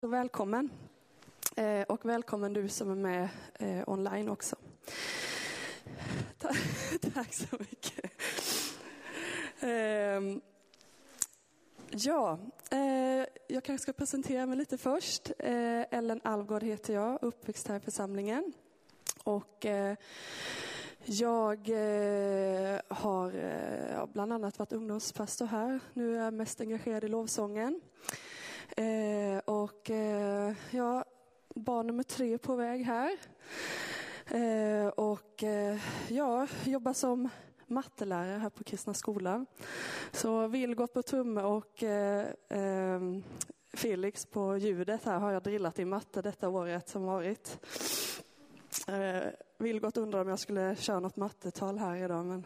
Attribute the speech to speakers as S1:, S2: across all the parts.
S1: Välkommen och välkommen du som är med online också. Tack så mycket. Jag kanske ska presentera mig lite först. Ellen Alvgård heter jag, uppväxt här i församlingen. Och jag har bland annat varit ungdomspastor här. Nu är jag mest engagerad i lovsången. Barn nummer 3 på väg här. Jag jobbar som mattelärare här på Kristna skolan. Så Vilgot på tumme och Felix på ljudet här har jag drillat i matte detta året som varit. Vilgot undrar om jag skulle köra något mattetal här idag, men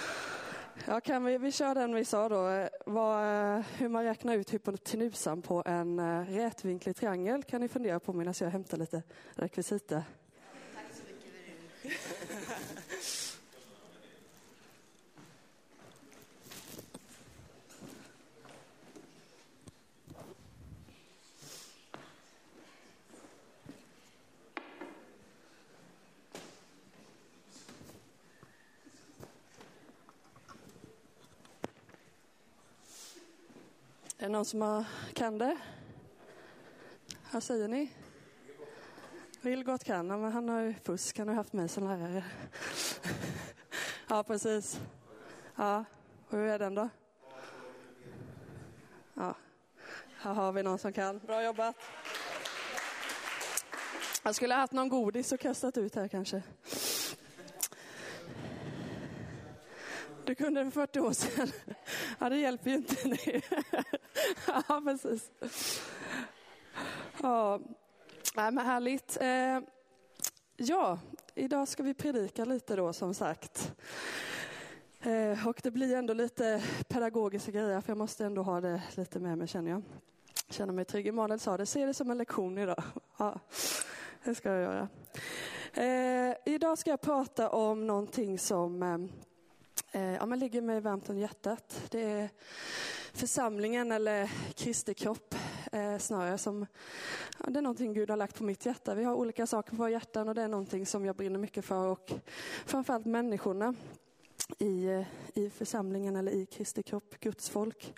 S1: vi kör den vi sa då. Hur man räknar ut hypotenusan på en rätvinklig triangel kan ni fundera på medan jag hämtar lite rekvisita.
S2: Tack så mycket för det.
S1: Är det någon som kan det? Vad säger ni? Vilgot kan, men han har ju fusk. Han har haft mig som lärare. Ja, precis. Ja, och hur är den då? Ja, här har vi någon som kan. Bra jobbat. Jag skulle ha haft någon godis och kastat ut här kanske. Du kunde för 40 år sedan. Ja, det hjälper ju inte nu. Ja, precis. Ja, men härligt. Idag ska vi predika lite då, som sagt. Och det blir ändå lite pedagogiska grejer, för jag måste ändå ha det lite med mig, känner jag. Känner mig trygg. Emanuel sa det, se det som en lektion idag. Ja, det ska jag göra. Idag ska jag prata om någonting som men ligger mig varmt om hjärtat. Det är församlingen eller Kristi kropp snarare som det är någonting Gud har lagt på mitt hjärta. Vi har olika saker på våra hjärtan och det är någonting som jag brinner mycket för, och framförallt människorna i församlingen eller i Kristi kropp, Guds folk.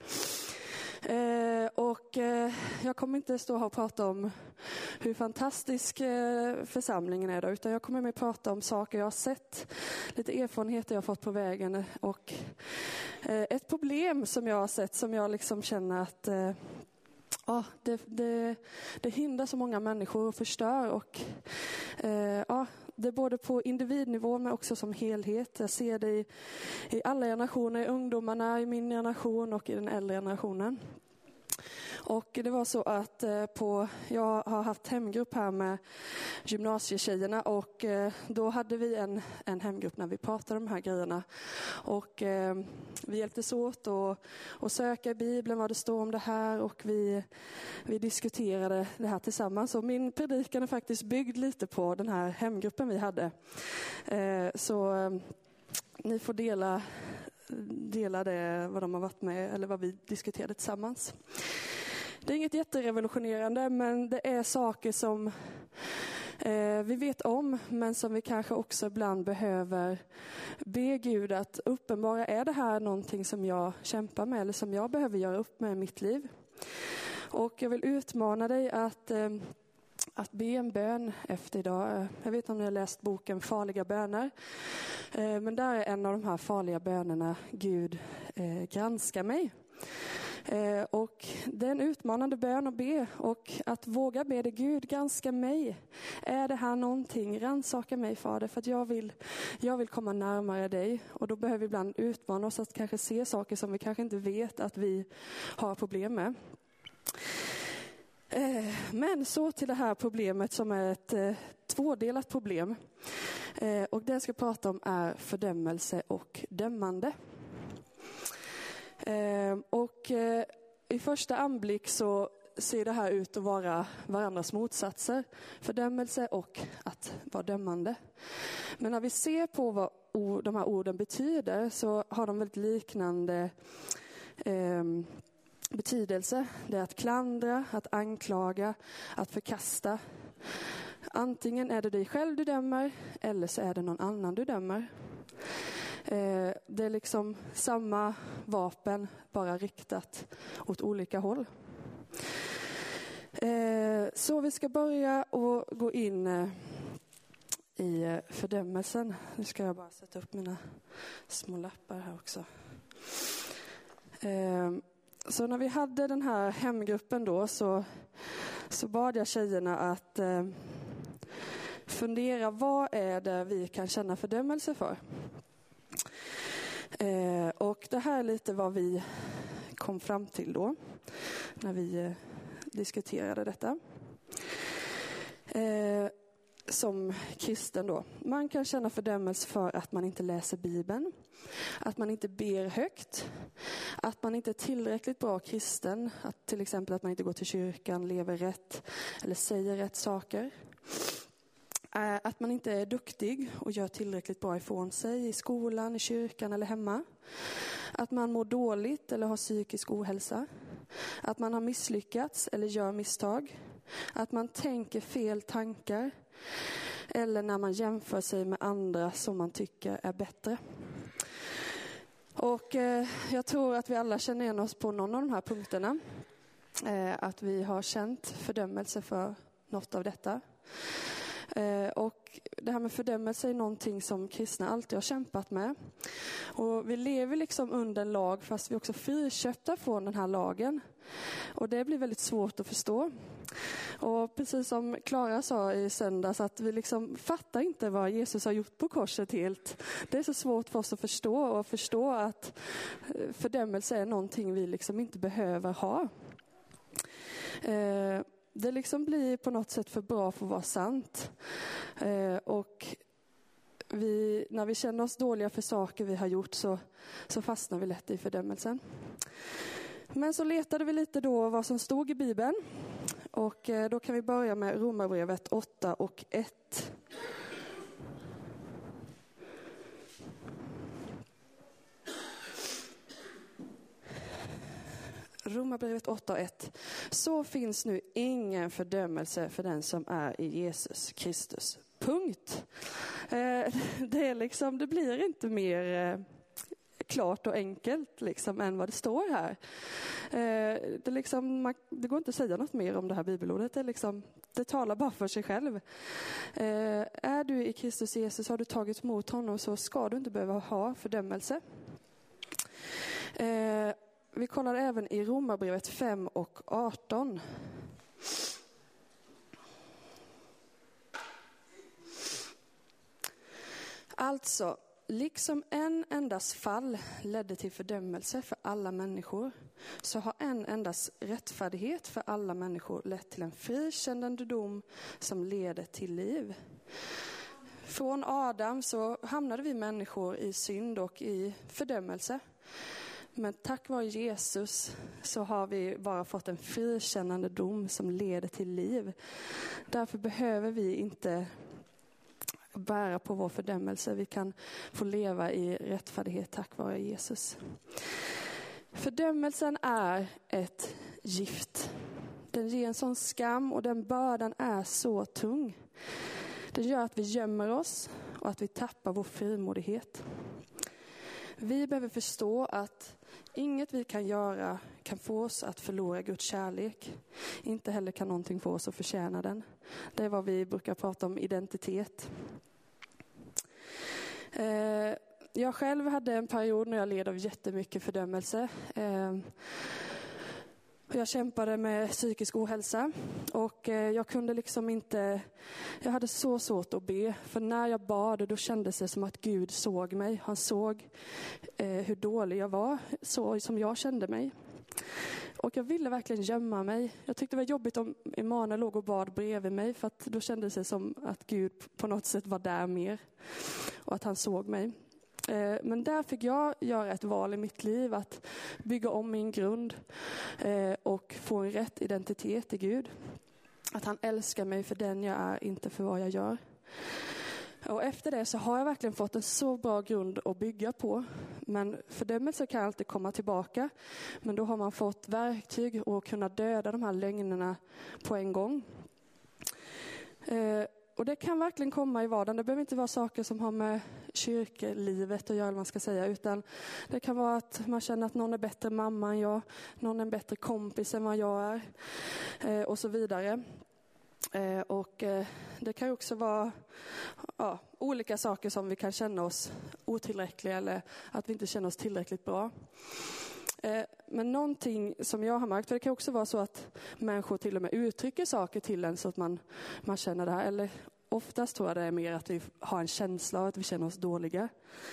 S1: Jag kommer inte stå här och prata om hur fantastisk församlingen är då, utan jag kommer med prata om saker jag har sett, lite erfarenheter jag har fått på vägen och ett problem som jag har sett som jag liksom känner att det hindrar så många människor och förstör, och det är både på individnivå men också som helhet. Jag ser det i alla generationer, i ungdomarna, i min generation och i den äldre generationen. Och det var så att jag har haft hemgrupp här med gymnasietjejerna, och då hade vi en hemgrupp när vi pratade om de här grejerna. Och vi hjälptes åt och söka i Bibeln vad det står om det här, och vi diskuterade det här tillsammans. Och min predikan är faktiskt byggd lite på den här hemgruppen vi hade. Så ni får dela det, vad de har varit med eller vad vi diskuterade tillsammans. Det är inget jätterevolutionerande, men det är saker som vi vet om, men som vi kanske också ibland behöver be Gud att uppenbara. Är det här någonting som jag kämpar med eller som jag behöver göra upp med i mitt liv? Och jag vill utmana dig att be en bön efter idag. Jag vet inte om ni har läst boken Farliga böner. Men där är en av de här farliga bönerna: Gud, granska mig. Och det är en utmanande bön att be, och att våga be det: Gud, granska mig. Är det här någonting? Rannsaka mig, Fader, för att jag vill komma närmare dig. Och då behöver vi ibland utmana oss att kanske se saker som vi kanske inte vet att vi har problem med. Men så till det här problemet som är ett tvådelat problem. Och det jag ska prata om är fördömelse och dömande. I första anblick så ser det här ut att vara varandras motsatser. Fördömelse och att vara dömande. Men när vi ser på vad de här orden betyder så har de väldigt liknande betydelse. Det är att klandra, att anklaga, att förkasta. Antingen är det dig själv du dömer eller så är det någon annan du dömer. Det är liksom samma vapen, bara riktat åt olika håll. Så vi ska börja och gå in i fördömelsen. Nu ska jag bara sätta upp mina små lappar här också. Så när vi hade den här hemgruppen då så bad jag tjejerna att fundera, vad är det vi kan känna fördömelse för? Och det här är lite vad vi kom fram till då när vi diskuterade detta. Som kristen då. Man kan känna fördömelse för att man inte läser Bibeln, att man inte ber högt, att man inte är tillräckligt bra kristen, att till exempel att man inte går till kyrkan, lever rätt eller säger rätt saker. Att man inte är duktig och gör tillräckligt bra ifrån sig i skolan, i kyrkan eller hemma. Att man mår dåligt eller har psykisk ohälsa. Att man har misslyckats eller gör misstag. Att man tänker fel tankar. Eller när man jämför sig med andra som man tycker är bättre. Och jag tror att vi alla känner igen oss på någon av de här punkterna. Att vi har känt fördömelse för något av detta. Och det här med fördömelse är någonting som kristna alltid har kämpat med. Och vi lever liksom under en lag fast vi också friköpta från den här lagen. Och det blir väldigt svårt att förstå. Och precis som Klara sa i söndags, att vi liksom fattar inte vad Jesus har gjort på korset helt. Det är så svårt för oss att förstå att fördömelse är någonting vi liksom inte behöver ha. Det liksom blir på något sätt för bra för att vara sant. Och när vi känner oss dåliga för saker vi har gjort så fastnar vi lätt i fördömelsen. Men så letade vi lite då vad som stod i Bibeln. Och då kan vi börja med Romarbrevet 8 och 1. Romarbrevet 8 och 1. Så finns nu ingen fördömelse för den som är i Jesus Kristus. Punkt. Det blir inte mer klart och enkelt liksom, än vad det står här. Det går inte att säga något mer om det här bibelordet. Det talar bara för sig själv. Är du i Kristus Jesus, har du tagit emot honom, så ska du inte behöva ha fördömelse. Vi kollar även i Romarbrevet 5 och 18. Alltså, liksom en endas fall ledde till fördömelse för alla människor, så har en endas rättfärdighet för alla människor lett till en frikännande dom som leder till liv. Från Adam så hamnade vi människor i synd och i fördömelse. Men tack vare Jesus så har vi bara fått en frikännande dom som leder till liv. Därför behöver vi inte bära på vår fördömelse. Vi kan få leva i rättfärdighet tack vare Jesus. Fördömelsen är ett gift. Den ger en sån skam och den bördan är så tung. Det gör att vi gömmer oss och att vi tappar vår frimodighet. Vi behöver förstå att inget vi kan göra kan få oss att förlora Guds kärlek. Inte heller kan någonting få oss att förtjäna den. Det är vad vi brukar prata om, identitet. Jag själv hade en period när jag led av jättemycket fördömelse. Jag kämpade med psykisk ohälsa och jag kunde liksom inte, jag hade så svårt att be. För när jag bad då kändes det som att Gud såg mig. Han såg hur dålig jag var, så som jag kände mig. Och jag ville verkligen gömma mig. Jag tyckte det var jobbigt om Emanuel låg och bad bredvid mig, för att då kändes det som att Gud på något sätt var där mer och att han såg mig. Men där fick jag göra ett val i mitt liv att bygga om min grund och få en rätt identitet i Gud. Att han älskar mig för den jag är, inte för vad jag gör. Och efter det så har jag verkligen fått en så bra grund att bygga på. Men fördömelse kan alltid komma tillbaka. Men då har man fått verktyg att kunna döda de här lögnerna på en gång. Och det kan verkligen komma i vardagen. Det behöver inte vara saker som har med kyrkelivet att göra, man ska säga. Utan det kan vara att man känner att någon är bättre mamma än jag. Någon är en bättre kompis än vad jag är. Och så vidare. Och det kan också vara olika saker som vi kan känna oss otillräckliga eller att vi inte känner oss tillräckligt bra. Men någonting som jag har märkt, för det kan också vara så att människor till och med uttrycker saker till en så att man känner det här. Eller oftast tror jag det är mer att vi har en känsla av att vi känner oss dåliga.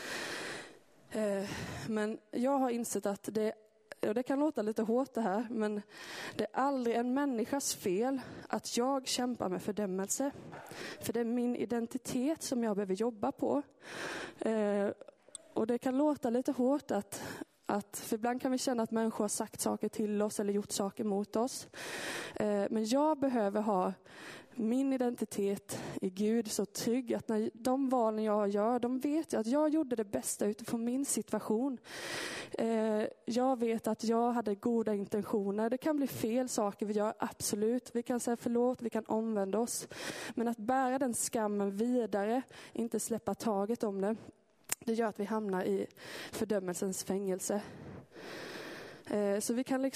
S1: Men jag har insett att det kan låta lite hårt det här, men det är aldrig en människas fel att jag kämpar med fördömelse. För det är min identitet som jag behöver jobba på. Och det kan låta lite hårt för ibland kan vi känna att människor har sagt saker till oss eller gjort saker mot oss. Men jag behöver ha min identitet i Gud så trygg att när de valen jag gör, de vet att jag gjorde det bästa utifrån min situation. Jag vet att jag hade goda intentioner. Det kan bli fel saker vi gör, absolut. Vi kan säga förlåt, vi kan omvända oss. Men att bära den skammen vidare, inte släppa taget om det. Det gör att vi hamnar i fördömelsens fängelse. Så vi kan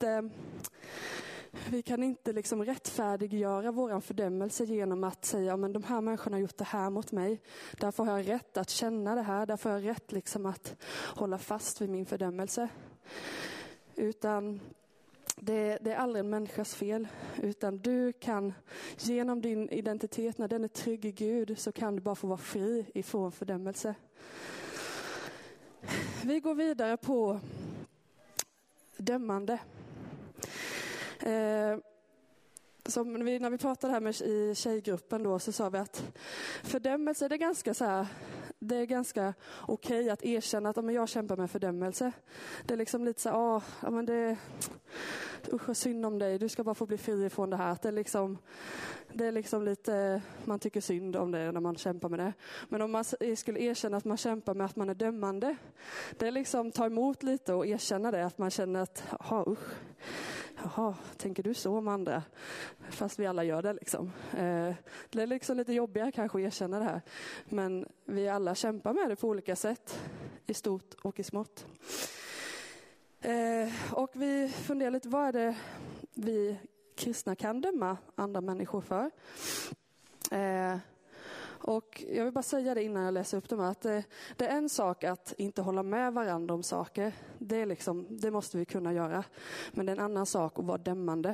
S1: inte rättfärdiggöra våran fördömelse genom att säga men de här människorna har gjort det här mot mig. Därför har jag rätt att känna det här. Därför har jag rätt att hålla fast vid min fördömelse. Utan det är aldrig en människas fel. Utan du kan genom din identitet, när den är trygg i Gud, så kan du bara få vara fri ifrån fördömelse. Vi går vidare på dömande. När vi pratade här i tjejgruppen då, så sa vi att fördömelse det är ganska okej att erkänna att jag kämpar med fördömelse. Det är lite så usch, synd om dig, du ska bara få bli fri från det här. Det är lite, man tycker synd om det när man kämpar med det. Men om man skulle erkänna att man kämpar med att man är dömande, det är ta emot lite och erkänna det, att man känner att jaha, tänker du så om andra? Fast vi alla gör det Det är lite jobbigare kanske att erkänna det här. Men vi alla kämpar med det på olika sätt, i stort och i smått. Och vi funderar lite, vad är det vi kristna kan döma andra människor för? Och jag vill bara säga det innan jag läser upp dem, att det är en sak att inte hålla med varandra om saker. Det måste vi kunna göra. Men det är en annan sak att vara dömande.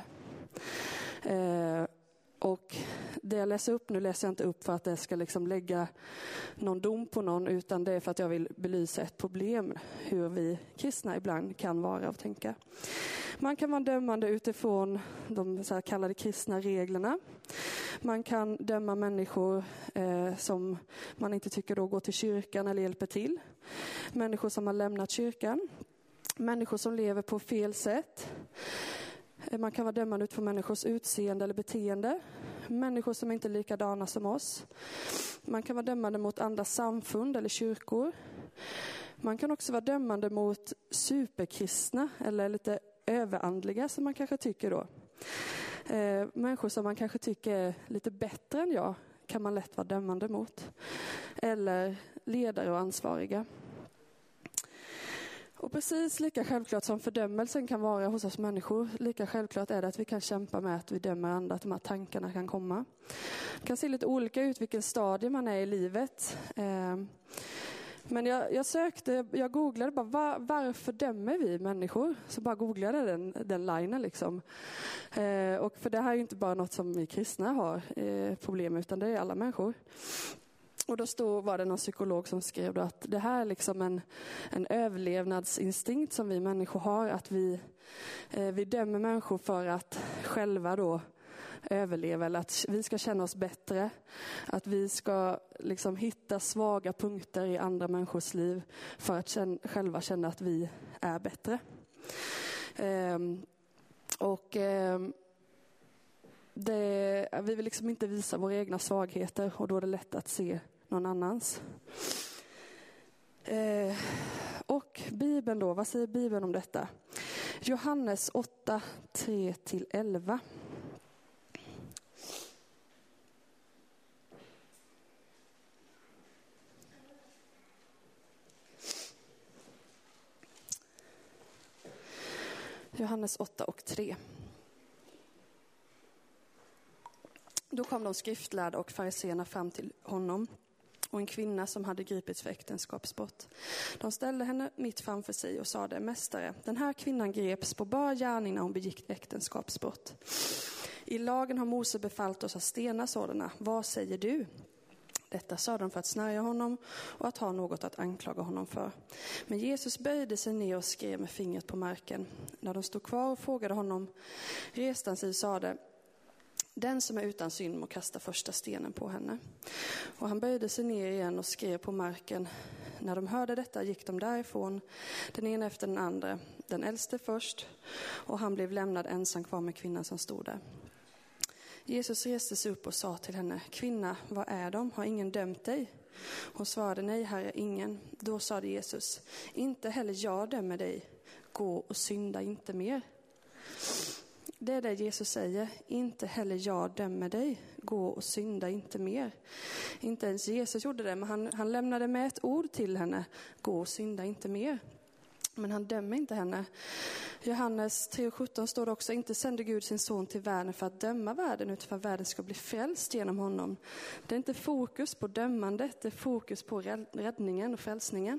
S1: Och det jag läser upp nu läser jag inte upp för att det ska lägga någon dom på någon, utan det är för att jag vill belysa ett problem, hur vi kristna ibland kan vara och tänka. Man kan vara dömande utifrån de så här kallade kristna reglerna. Man kan döma människor som man inte tycker då går till kyrkan eller hjälper till. Människor som har lämnat kyrkan. Människor som lever på fel sätt. Man kan vara dömande utifrån människors utseende eller beteende. Människor som inte är likadana som oss. Man kan vara dömande mot andra samfund eller kyrkor. Man kan också vara dömande mot superkristna eller lite överandliga, som man kanske tycker då. Människor som man kanske tycker är lite bättre än jag kan man lätt vara dömande mot. Eller ledare och ansvariga. Och precis lika självklart som fördömelsen kan vara hos oss människor, lika självklart är det att vi kan kämpa med att vi dömer andra, att de här tankarna kan komma. Det kan se lite olika ut vilken stadie man är i livet. Men jag googlade bara varför dömer vi människor? Så bara googlade den linen Och för det här är ju inte bara något som vi kristna har problem, utan det är alla människor. Och då var det någon psykolog som skrev då att det här är en överlevnadsinstinkt som vi människor har, att vi dömer människor för att själva då överleva, eller att vi ska känna oss bättre, att vi ska hitta svaga punkter i andra människors liv för att själva känna att vi är bättre. Vi vill inte visa våra egna svagheter, och då är det lätt att se någon annans. Och Bibeln då, vad säger Bibeln om detta? Johannes 8, 3-11. Johannes 8 och 3. Då kom de skriftlärda och fariséerna fram till honom och en kvinna som hade gripits för äktenskapsbrott. De ställde henne mitt framför sig och sade: Mästare, den här kvinnan greps på bar gärning när hon begick äktenskapsbrott. I lagen har Mose befallt oss att stena sådana. Vad säger du? Detta sa de för att snärja honom och att ha något att anklaga honom för. Men Jesus böjde sig ner och skrev med fingret på marken. När de stod kvar och frågade honom reste han sig och sade: Den som är utan synd må kasta första stenen på henne. Och han böjde sig ner igen och skrev på marken. När de hörde detta gick de därifrån, den ena efter den andra, den äldste först, och han blev lämnad ensam kvar med kvinnan som stod där. Jesus reste sig upp och sa till henne: Kvinna, vad är de? Har ingen dömt dig? Hon svarade: Nej, Herre, ingen. Då sade Jesus: Inte heller jag dömer dig. Gå och synda inte mer. Det är det Jesus säger. Inte heller jag dömer dig. Gå och synda inte mer. Inte ens Jesus gjorde det, men han lämnade med ett ord till henne. Gå och synda inte mer. Men han dömer inte henne. Johannes 3:17 står det också: Inte sände Gud sin son till världen för att döma världen, utan för att världen ska bli frälst genom honom. Det är inte fokus på dömandet, det är fokus på räddningen och frälsningen.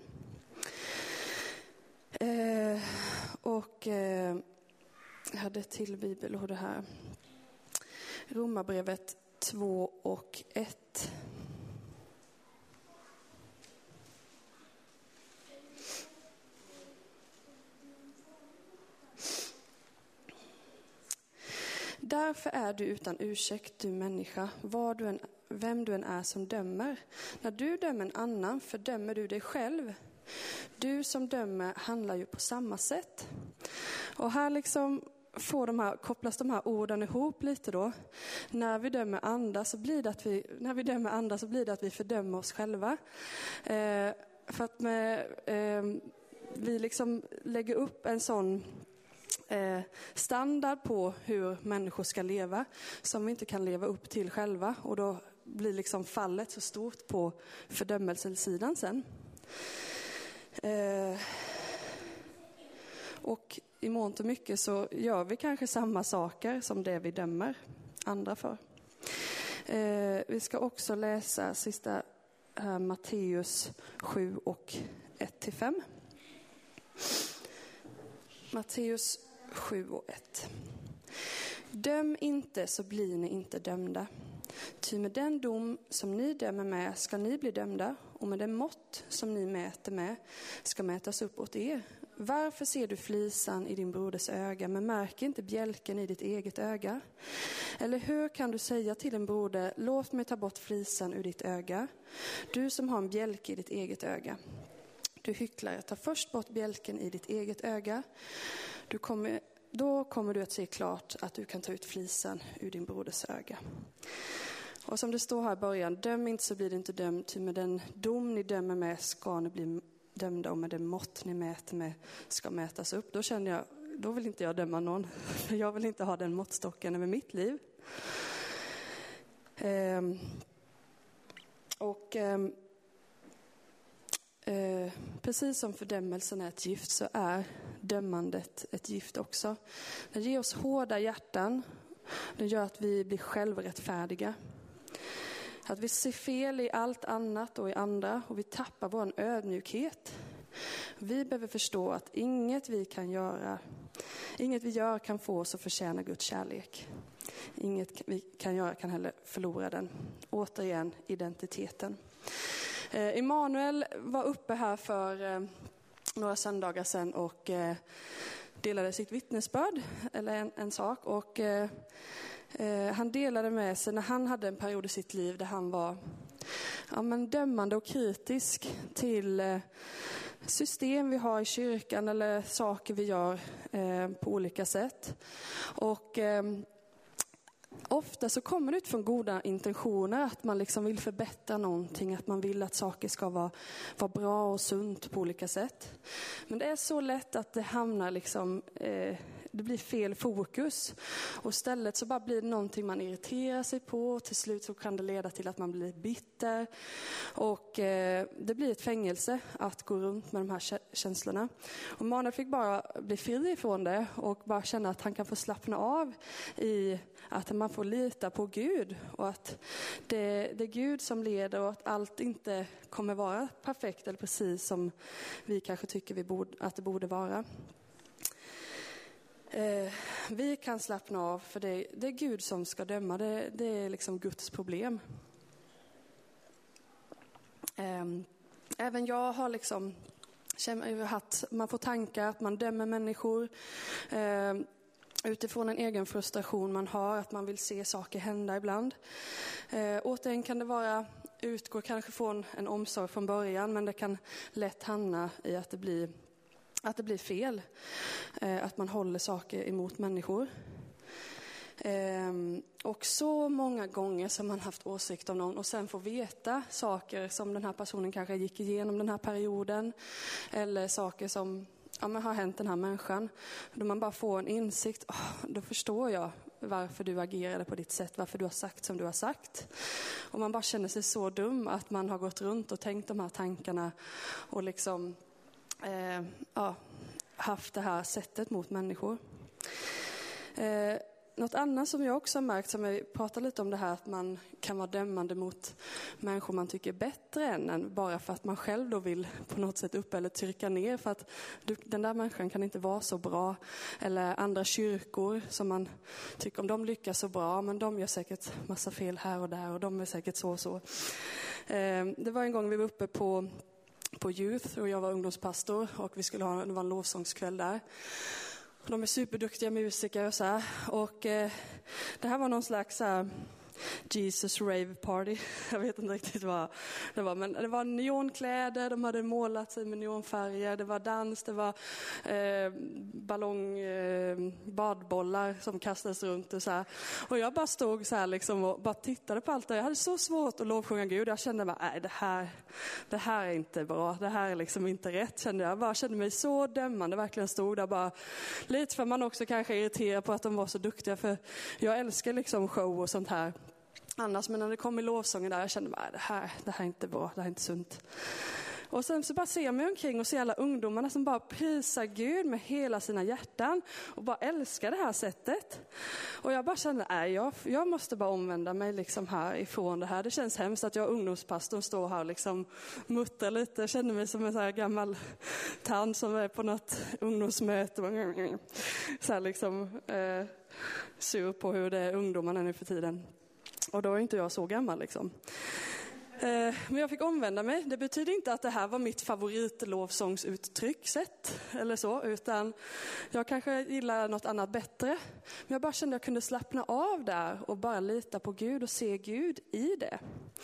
S1: Jag hade till bibelord här. Romarbrevet 2 och 1. Därför är du utan ursäkt, du människa, vem du än är som dömer. När du dömer en annan fördömer du dig själv. Du som dömer handlar ju på samma sätt. Och här liksom kopplas de här orden ihop lite då. När vi dömer andra så blir det att vi fördömer oss själva. För att vi liksom lägger upp en sån standard på hur människor ska leva som vi inte kan leva upp till själva, och då blir liksom fallet så stort på fördömelsesidan sen. Och i mångt och mycket så gör vi kanske samma saker som det vi dömer andra för. Vi ska också läsa sista Matteus 7 och 1-5. Matteus 7 och 1. Döm inte, så blir ni inte dömda. Ty med den dom som ni dömer med ska ni bli dömda, och med den mått som ni mäter med ska mätas upp åt er. Varför ser du flisan i din broders öga men märker inte bjälken i ditt eget öga? Eller hur kan du säga till en broder: låt mig ta bort flisan ur ditt öga, du som har en bjälke i ditt eget öga? Du hycklare, ta först bort bjälken i ditt eget öga. Då kommer du att se klart att du kan ta ut flisan ur din broders öga. Och som det står här i början: döm inte, så blir det inte dömt. Ty med den dom ni dömer med ska ni bli dömda, och med det mått ni mäter med ska mätas upp. Då känner jag, då vill inte jag döma någon. För jag vill inte ha den måttstocken över mitt liv. Precis som fördömelsen är ett gift så är dömandet ett gift också. Det ger oss hårda hjärtan. Det gör att vi blir självrättfärdiga. Att vi ser fel i allt annat och i andra, och vi tappar vår ödmjukhet. Vi behöver förstå att inget vi gör kan få oss att förtjäna Guds kärlek. Inget vi kan göra kan heller förlora den. Återigen, identiteten. Immanuel var uppe här för några söndagar sedan och delade sitt vittnesbörd, eller en sak. Och han delade med sig när han hade en period i sitt liv där han var dömande och kritisk till system vi har i kyrkan eller saker vi gör på olika sätt. Och ofta så kommer det ut från goda intentioner, att man liksom vill förbättra någonting, att man vill att saker ska vara bra och sunt på olika sätt. Men det är så lätt att det hamnar liksom, det blir fel fokus. Och istället så bara blir det någonting man irriterar sig på. Och till slut så kan det leda till att man blir bitter. Och det blir ett fängelse att gå runt med de här känslorna. Och Manuel fick bara bli fri ifrån det och bara känna att han kan få slappna av i att man får lita på Gud. Och att det är Gud som leder och att allt inte kommer vara perfekt eller precis som vi kanske tycker att det borde vara. Vi kan slappna av för det är Gud som ska döma. Det är liksom Guds problem. Även jag har liksom man får tankar att man dömer människor utifrån en egen frustration man har, att man vill se saker hända ibland. Återigen kan det utgå kanske från en omsorg från början, men det kan lätt hamna i att det blir fel. Att man håller saker emot människor. Och så många gånger som man haft åsikt om någon och sen får veta saker som den här personen kanske gick igenom den här perioden. Eller saker som har hänt den här människan. Då man bara får en insikt, då förstår jag varför du agerade på ditt sätt, varför du har sagt som du har sagt. Och man bara känner sig så dum att man har gått runt och tänkt de här tankarna och liksom haft det här sättet mot människor. Något annat som jag också har märkt, som vi pratar lite om det här, att man kan vara dömande mot människor man tycker är bättre än bara för att man själv då vill på något sätt upp eller trycka ner för att den där människan kan inte vara så bra. Eller andra kyrkor som man tycker om de lyckas så bra, men de gör säkert massa fel här och där och de är säkert så och så. Det var en gång vi var uppe på Youth och jag var ungdomspastor och det var en lovsångskväll där. De är superduktiga musiker och så här. Och det här var någon slags Jesus rave party. Jag vet inte riktigt vad det var. Men det var neonkläder, de hade målat sig med neonfärger. Det var dans, det var badbollar som kastades runt och så här. Och jag bara stod så här liksom och bara tittade på allt det. Jag hade så svårt att lovsjunga Gud. Jag kände bara, nej det här är inte bra. Det här är liksom inte rätt, kände jag. Jag bara kände mig så dömande, verkligen stod där bara. Lite för man också kanske irriterar på att de var så duktiga. För jag älskar liksom show och sånt här. Annars, men när det kom i lovsången där, jag kände bara, det här är inte bra, det här är inte sunt. Och sen så bara ser jag mig omkring och ser alla ungdomarna som bara prisar Gud med hela sina hjärtan och bara älskar det här sättet. Och jag bara kände, jag måste bara omvända mig liksom här ifrån det här. Det känns hemskt att jag ungdomspastorn står här och liksom muttrar lite. Jag känner mig som en så här gammal tant som är på något ungdomsmöte. Så här liksom sur på hur det är ungdomarna nu för tiden. Och då är inte jag så gammal liksom. Men jag fick omvända mig. Det betyder inte att det här var mitt favoritlovsångsuttryckssätt eller så, utan jag kanske gillar något annat bättre. Men jag bara kände att jag kunde slappna av där och bara lita på Gud och se Gud i det.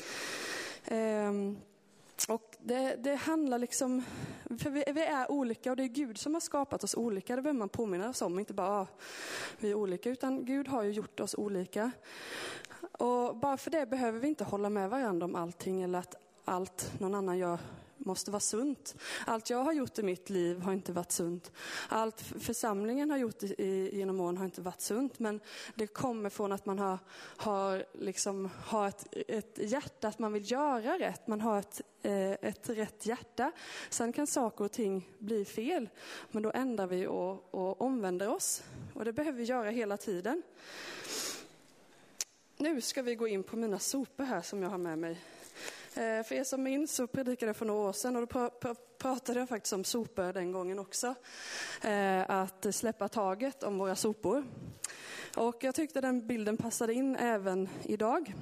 S1: Och det handlar liksom, för vi är olika och det är Gud som har skapat oss olika. Det behöver man påminna oss om, inte bara vi är olika, utan Gud har ju gjort oss olika. Och bara för det behöver vi inte hålla med varandra om allting eller att allt någon annan gör måste vara sunt. Allt jag har gjort i mitt liv har inte varit sunt. Allt församlingen har gjort genom åren har inte varit sunt. Men det kommer från att man har ett hjärta, att man vill göra rätt. Man har ett rätt hjärta. Sen kan saker och ting bli fel. Men då ändrar vi och omvänder oss. Och det behöver vi göra hela tiden. Nu ska vi gå in på mina sopor här som jag har med mig. För er som minns så predikade jag för några år sedan och då pratade jag faktiskt om sopor den gången också. Att släppa taget om våra sopor. Och jag tyckte den bilden passade in även idag.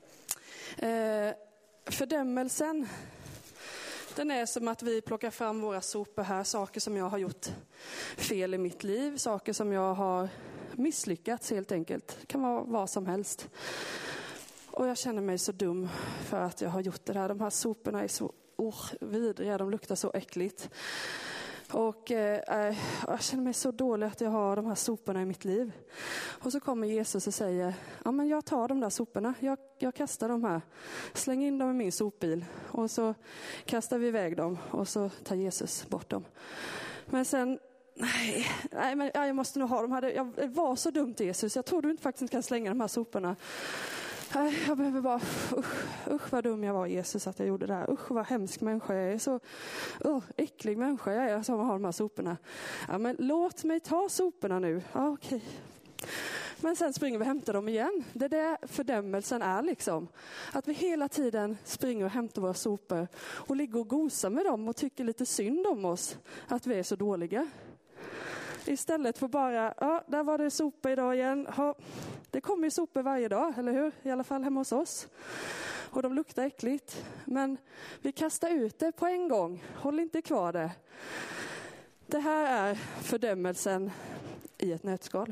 S1: Fördömelsen, den är som att vi plockar fram våra sopor här. Saker som jag har gjort fel i mitt liv. Saker som jag har misslyckats helt enkelt. Det kan vara vad som helst. Och jag känner mig så dum för att jag har gjort det här. De här soporna är så vidriga, de luktar så äckligt. Och jag känner mig så dålig att jag har de här soporna i mitt liv. Och så kommer Jesus och säger, ja men jag tar de där soporna, jag kastar dem här. Släng in dem i min sopbil. Och så kastar vi iväg dem och så tar Jesus bort dem. Men sen, nej men jag måste nog ha de här. Jag var så dumt Jesus, jag tror du inte faktiskt kan slänga de här soporna. Jag behöver bara, usch vad dum jag var Jesus att jag gjorde det här. Usch vad hemsk människa jag är. Så äcklig människa jag är som har de här soporna. Ja, men låt mig ta soporna nu. Ja, okej. Men sen springer vi och hämtar dem igen. Det är det fördömelsen är liksom. Att vi hela tiden springer och hämtar våra sopor. Och ligger och gosar med dem och tycker lite synd om oss. Att vi är så dåliga. Istället för bara, ja där var det sopor idag igen. Ja, det kommer ju sopor varje dag, eller hur? I alla fall hemma hos oss. Och de luktar äckligt. Men vi kastar ut det på en gång. Håll inte kvar det. Det här är fördömelsen i ett nötskal.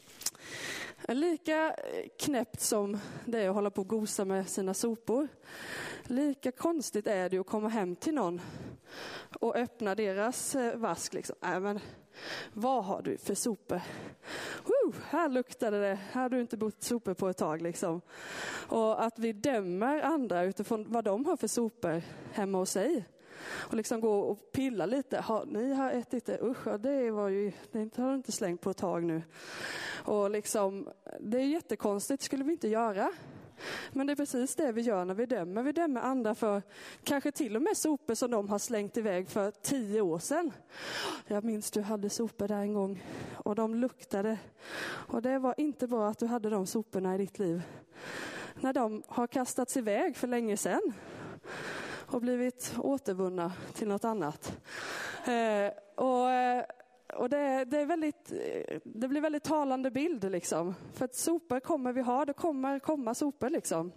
S1: Lika knäppt som det är att hålla på och gosa med sina sopor. Lika konstigt är det att komma hem till någon och öppna deras vask. Liksom. Men vad har du för sopor? Här luktade det. Här har du inte bott sopor på ett tag. Liksom. Och att vi dömer andra utifrån vad de har för sopor hemma hos sig. Och liksom gå och pilla lite. Ni har ätit det. Usch, det har du inte slängt på ett tag nu. Och liksom, det är jättekonstigt. Det skulle vi inte göra. Men det är precis det vi gör när vi dömer. Vi dömer andra för kanske till och med sopor som de har slängt iväg för 10 år sedan. Jag minns du hade sopor där en gång och de luktade. Och det var inte bra att du hade de soporna i ditt liv. När de har kastats iväg för länge sedan och blivit återvunna till något annat. Och det blir väldigt talande bild liksom. För att sopor kommer vi ha, det kommer komma sopor liksom.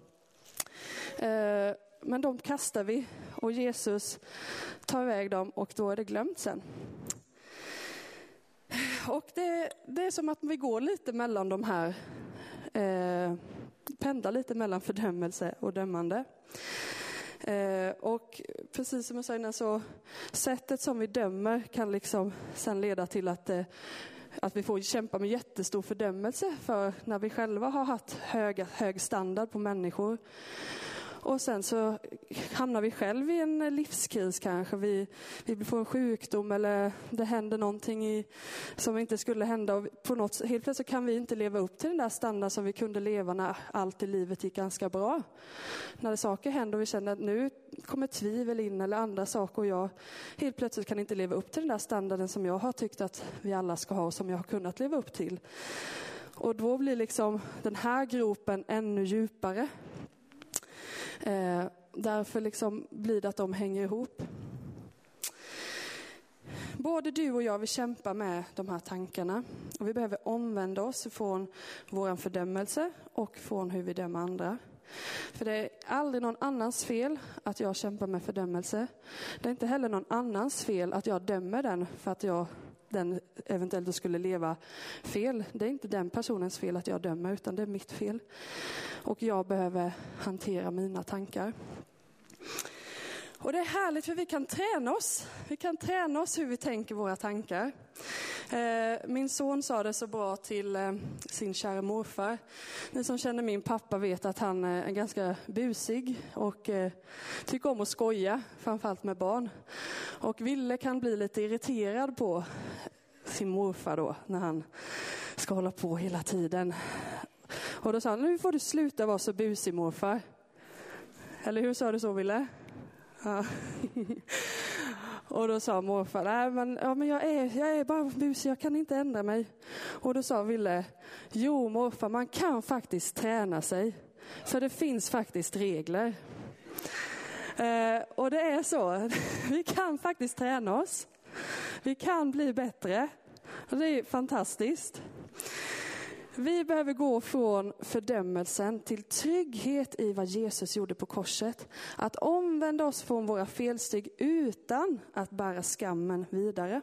S1: Men de kastar vi och Jesus tar iväg dem och då är det glömt sen. Och det är som att vi går lite mellan de här, pendlar lite mellan fördömelse och dömande. Och precis som jag sa innan så sättet som vi dömer kan liksom sen leda till att vi får kämpa med jättestor fördömelse för när vi själva har haft hög standard på människor. Och sen så hamnar vi själv i en livskris kanske. Vi får en sjukdom eller det händer någonting som inte skulle hända. Och helt plötsligt kan vi inte leva upp till den där standard som vi kunde leva när allt i livet gick ganska bra. När det saker händer och vi känner att nu kommer tvivel in eller andra saker och jag helt plötsligt kan inte leva upp till den där standarden som jag har tyckt att vi alla ska ha och som jag har kunnat leva upp till. Och då blir liksom den här gropen ännu djupare. Därför liksom blir det att de hänger ihop. Både du och jag vill kämpa med de här tankarna. Och vi behöver omvända oss från vår fördömelse och från hur vi dömer andra. För det är aldrig någon annans fel att jag kämpar med fördömelse. Det är inte heller någon annans fel att jag dömer den för att den eventuellt skulle leva fel. Det är inte den personens fel att jag dömer utan det är mitt fel. Och jag behöver hantera mina tankar. Och det är härligt för vi kan träna oss. Vi kan träna oss hur vi tänker våra tankar. Min son sa det så bra till sin kära morfar. Ni som känner min pappa vet att han är ganska busig och tycker om att skoja, framförallt med barn. Och Ville kan bli lite irriterad på sin morfar då när han ska hålla på hela tiden. Och då sa han, nu får du sluta vara så busig morfar. Eller hur sa du så, Ville? Ja. Och då sa morfar, nej men jag är bara busig, jag kan inte ändra mig. Och då sa Ville, jo morfar, man kan faktiskt träna sig. För det finns faktiskt regler. Och det är så, vi kan faktiskt träna oss. Vi kan bli bättre. Och det är fantastiskt. Vi behöver gå från fördömelsen till trygghet i vad Jesus gjorde på korset. Att omvända oss från våra felsteg utan att bära skammen vidare.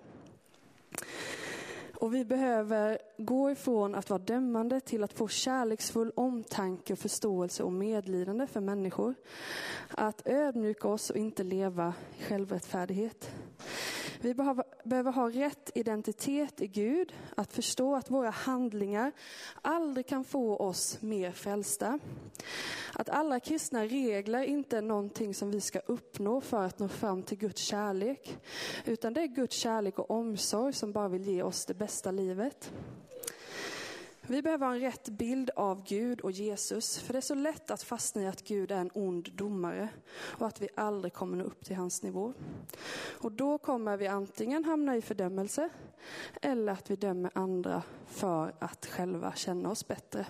S1: Och vi behöver gå ifrån att vara dömande till att få kärleksfull omtanke, förståelse och medlidande för människor. Att ödmjuka oss och inte leva i självrättfärdighet. Vi behöver ha rätt identitet i Gud, att förstå att våra handlingar aldrig kan få oss mer frälsta. Att alla kristna regler inte är någonting som vi ska uppnå för att nå fram till Guds kärlek, utan det är Guds kärlek och omsorg som bara vill ge oss det bästa livet. Vi behöver ha en rätt bild av Gud och Jesus, för det är så lätt att fastna i att Gud är en ond domare och att vi aldrig kommer nå upp till hans nivå. Och då kommer vi antingen hamna i fördömelse eller att vi dömer andra för att själva känna oss bättre.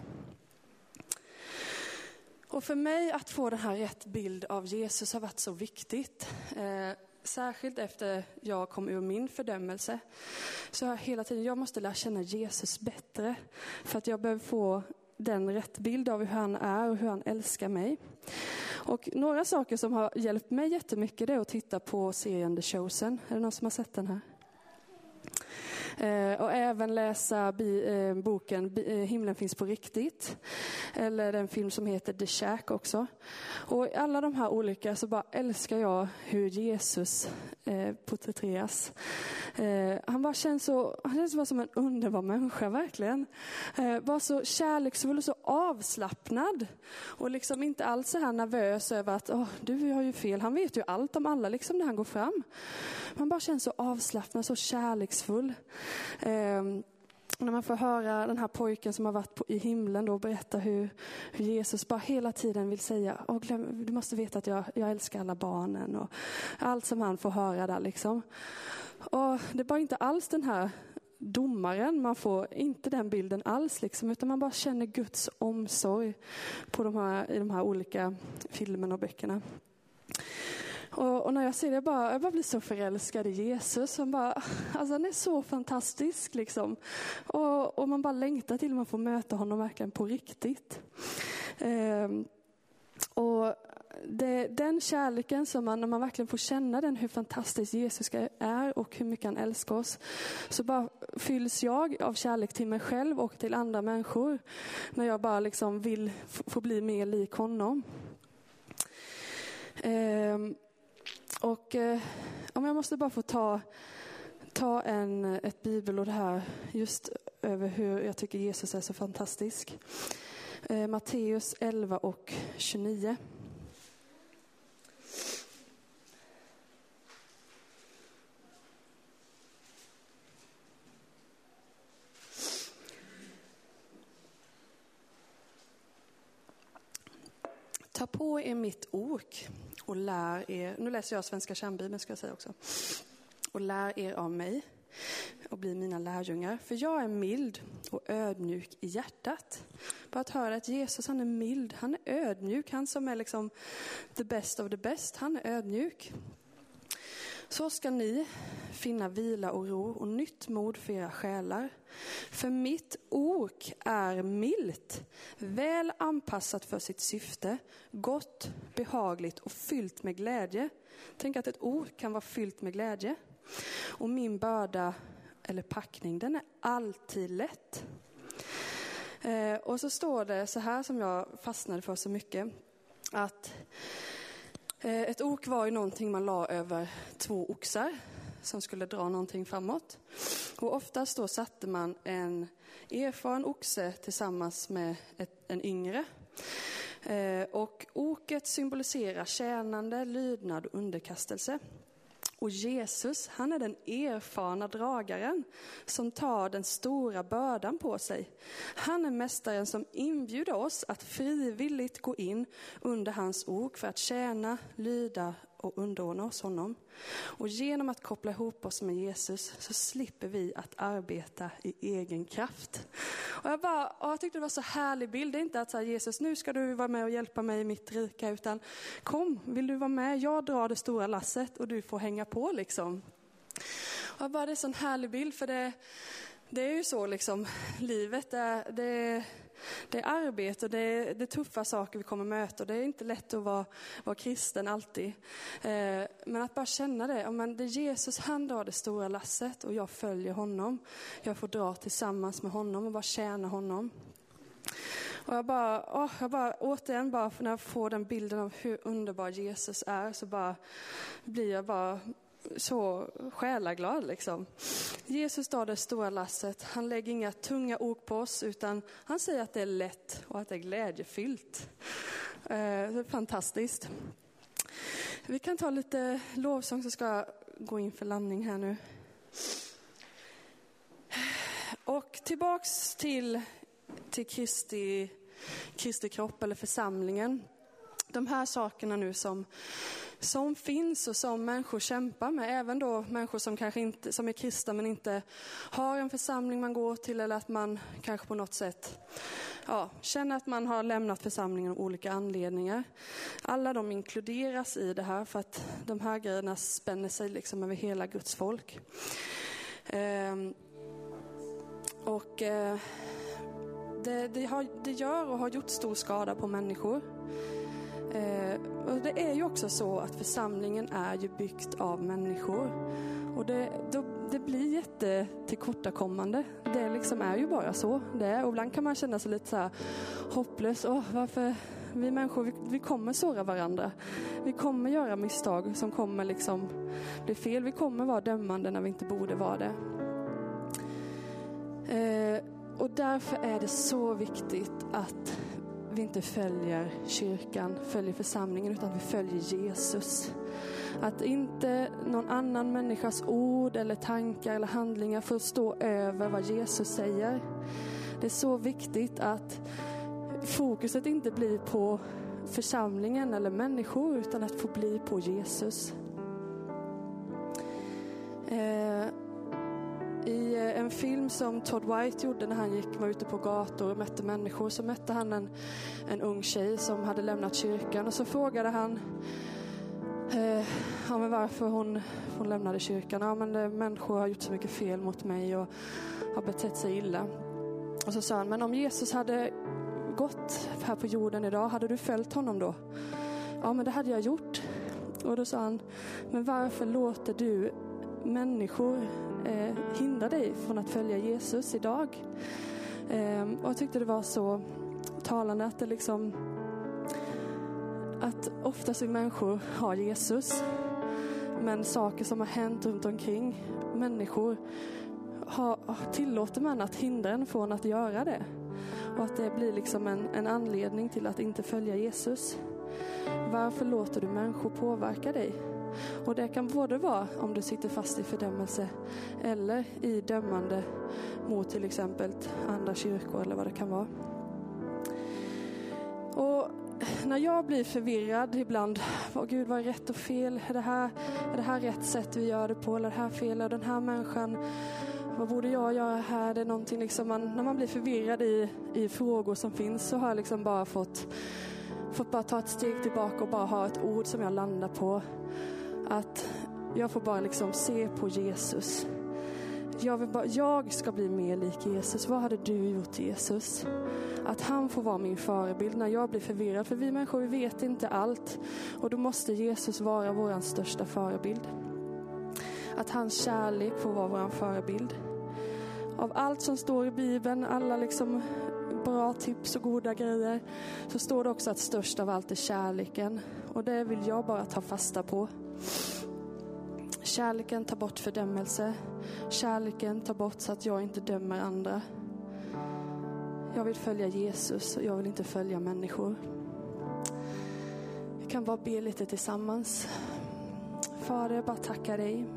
S1: Och för mig att få den här rätt bild av Jesus har varit så viktigt. Särskilt efter jag kom ur min fördömelse, så har jag hela tiden, jag måste lära känna Jesus bättre. För att jag behöver få den rätt bild av hur han är och hur han älskar mig. Och några saker som har hjälpt mig jättemycket är att titta på serien The Chosen. Är det någon som har sett den här? Och även läsa boken Himlen finns på riktigt. Eller den film som heter The Shack också. Och i alla de här olika så bara älskar jag hur Jesus porträtteras. Han bara känns bara som en underbar människa, verkligen. Var så kärleksfull och så avslappnad. Och liksom inte alls så här nervös över att du har ju fel. Han vet ju allt om alla liksom när han går fram. Man bara känns så avslappnad, så kärleksfull. När man får höra den här pojken som har varit i himlen då berätta hur Jesus bara hela tiden vill säga, du måste veta att jag älskar alla barnen och allt som han får höra där liksom. Och det är bara inte alls den här domaren, man får inte den bilden alls liksom, utan man bara känner Guds omsorg på i de här olika filmerna och böckerna. Och när jag ser det, jag bara blir så förälskad i Jesus. Han är så fantastisk liksom. Och man bara längtar till att man får möta honom verkligen på riktigt. Och den kärleken som när man verkligen får känna den, hur fantastisk Jesus är och hur mycket han älskar oss, så bara fylls jag av kärlek till mig själv och till andra människor. När jag bara liksom vill få bli mer lik honom. Och om jag måste bara få ta ett bibelord här just över hur jag tycker Jesus är så fantastisk. Matteus 11 och 29. Ta på er mitt ok och lär er, nu läser jag Svenska Kärnbibeln ska jag säga också, och lär er av mig och bli mina lärjungar. För jag är mild och ödmjuk i hjärtat. Bara att höra att Jesus, han är mild, han är ödmjuk, han som är liksom the best of the best, han är ödmjuk. Så ska ni finna vila och ro och nytt mod för era själar. För mitt ok är milt, väl anpassat för sitt syfte, gott, behagligt och fyllt med glädje. Tänk att ett ok kan vara fyllt med glädje. Och min börda eller packning, den är alltid lätt. Och så står det så här som jag fastnade för så mycket, att ett ok var ju någonting man la över 2 oxar som skulle dra någonting framåt. Och oftast då satte man en erfaren oxe tillsammans med en yngre. Och oket symboliserar tjänande, lydnad och underkastelse. Och Jesus, han är den erfarna dragaren som tar den stora bördan på sig. Han är mästaren som inbjuder oss att frivilligt gå in under hans ok för att tjäna, lyda och underordna oss honom. Och genom att koppla ihop oss med Jesus så slipper vi att arbeta i egen kraft. Och jag tyckte det var så härlig bild. Det är inte att säga Jesus, nu ska du vara med och hjälpa mig i mitt rika, utan kom, vill du vara med? Jag drar det stora lasset och du får hänga på liksom. Och det är en sån härlig bild, för det är ju så liksom, livet det är arbete och det är tuffa saker vi kommer möta, och det är inte lätt att vara kristen alltid. Men att bara känna det, det är Jesus, han drar det stora lasset och jag följer honom. Jag får dra tillsammans med honom och bara tjäna honom. Och jag bara återigen, när jag får den bilden av hur underbar Jesus är, så bara blir jag bara så själaglad liksom. Jesus tar det stora lasset. Han lägger inga tunga ok på oss, utan han säger att det är lätt och att det är glädjefyllt. Det är fantastiskt. Vi kan ta lite lovsång, så ska jag gå in för landning här nu. Och tillbaks till Kristi kropp eller församlingen. De här sakerna nu som finns och som människor kämpar med, även då människor som kanske inte, som är kristna men inte har en församling man går till, eller att man kanske på något sätt känner att man har lämnat församlingen av olika anledningar. Alla de inkluderas i det här, för att de här grejerna spänner sig liksom över hela Guds folk. Det gör och har gjort stor skada på människor. Och det är ju också så att församlingen är ju byggt av människor. Och det blir jättetillkortakommande. Det liksom är ju bara så. Och ibland kan man känna sig lite så här hopplös. Varför vi människor, vi kommer såra varandra. Vi kommer göra misstag som kommer liksom bli fel. Vi kommer vara dömande när vi inte borde vara det. Och därför är det så viktigt att vi inte följer kyrkan, följer församlingen, utan vi följer Jesus. Att inte någon annan människas ord eller tankar eller handlingar får stå över vad Jesus säger. Det är så viktigt att fokuset inte blir på församlingen eller människor, utan att få bli på Jesus. I en film som Todd White gjorde när han var ute på gator och mötte människor, så mötte han en ung tjej som hade lämnat kyrkan, och så frågade han men varför hon lämnade kyrkan. Men människor har gjort så mycket fel mot mig och har betett sig illa. Och så sa han, men om Jesus hade gått här på jorden idag, hade du följt honom då? Ja, men det hade jag gjort. Och då sa han, men varför låter du människor hindra dig från att följa Jesus idag? Och jag tyckte det var så talande att det liksom, att oftast i människor har Jesus, men saker som har hänt runt omkring människor tillåter man att hindra en från att göra det. Och att det blir liksom en anledning till att inte följa Jesus. Varför låter du människor påverka dig? Och det kan både vara om du sitter fast i fördömelse eller i dömande mot till exempel andra kyrkor eller vad det kan vara. Och när jag blir förvirrad ibland, Gud, vad är rätt och fel? Är det här rätt sätt vi gör det på? Eller är det här fel? Är den här människan, vad borde jag göra här? Det är någonting liksom, när man blir förvirrad i frågor som finns, så har jag liksom bara fått bara ta ett steg tillbaka och bara ha ett ord som jag landar på. Att jag får bara liksom se på Jesus. Jag ska bli mer lik Jesus. Vad hade du gjort, Jesus? Att han får vara min förebild när jag blir förvirrad. För vi människor, vi vet inte allt. Och då måste Jesus vara vår största förebild. Att hans kärlek får vara vår förebild. Av allt som står i Bibeln, alla liksom bra tips och goda grejer, så står det också att störst av allt är kärleken. Och det vill jag bara ta fasta på. Kärleken tar bort fördömelse. Kärleken tar bort så att jag inte dömer andra. Jag vill följa Jesus och jag vill inte följa människor. Vi kan bara be lite tillsammans. Fader, jag bara tackar dig.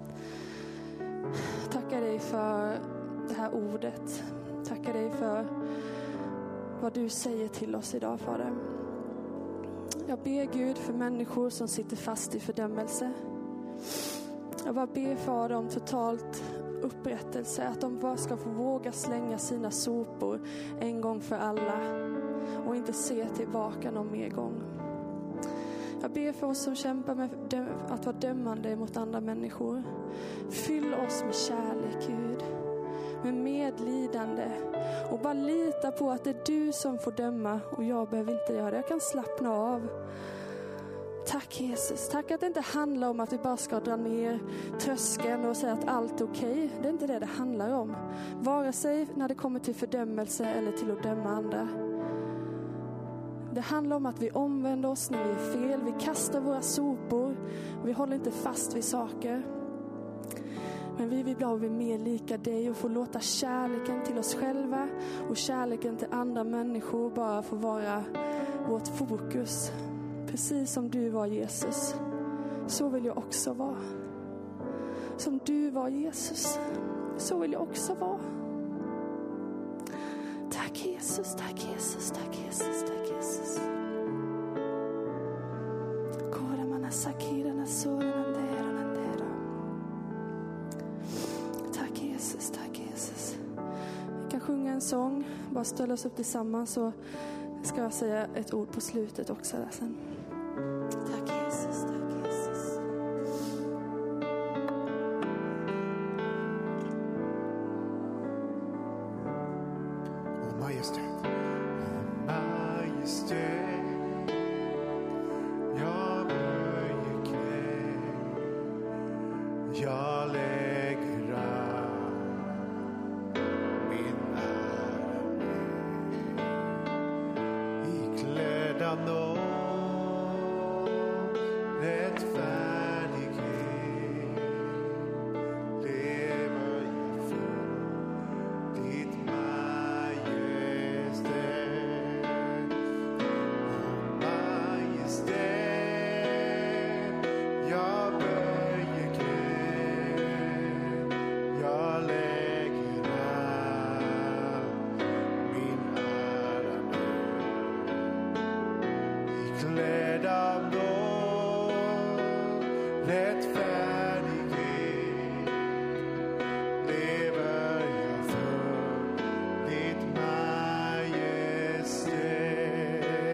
S1: Tackar dig för det här ordet. Tackar dig för vad du säger till oss idag, Fader. Jag ber Gud för människor som sitter fast i fördömelse. Jag bara ber, Fader, om totalt upprättelse. Att de bara ska få våga slänga sina sopor en gång för alla. Och inte se tillbaka någon mer gång. Jag ber för oss som kämpar med att vara dömande mot andra människor. Fyll oss med kärlek, Gud. Med medlidande. Och bara lita på att det är du som får döma. Och jag behöver inte göra det. Jag kan slappna av. Tack Jesus. Tack att det inte handlar om att vi bara ska dra ner tröskeln och säga att allt är okej. Det är inte det handlar om. Vare sig när det kommer till fördömelse eller till att döma andra. Det handlar om att vi omvänder oss när vi är fel. Vi kastar våra sopor. Vi håller inte fast vid saker. Men vi vill bli mer lika dig och få låta kärleken till oss själva och kärleken till andra människor bara få vara vårt fokus. Precis som du var, Jesus. Så vill jag också vara. Som du var, Jesus. Så vill jag också vara. Tack Jesus, tack Jesus, tack Jesus, tack Jesus. Tack Jesus, tack Jesus. Vi kan sjunga en sång, bara ställa oss upp tillsammans, så ska jag säga ett ord på slutet också där sen. Tack Jesus, tack Jesus.
S3: Åh majestät, åh majestät, jag böjer knä, jag lägger av min ära iklädd av nåd, rättfärdighet, lever jag för ditt majestät. Åh majestät, jag böjer knä, jag lägger av min ära iklädd av nåd, rättfärdighet,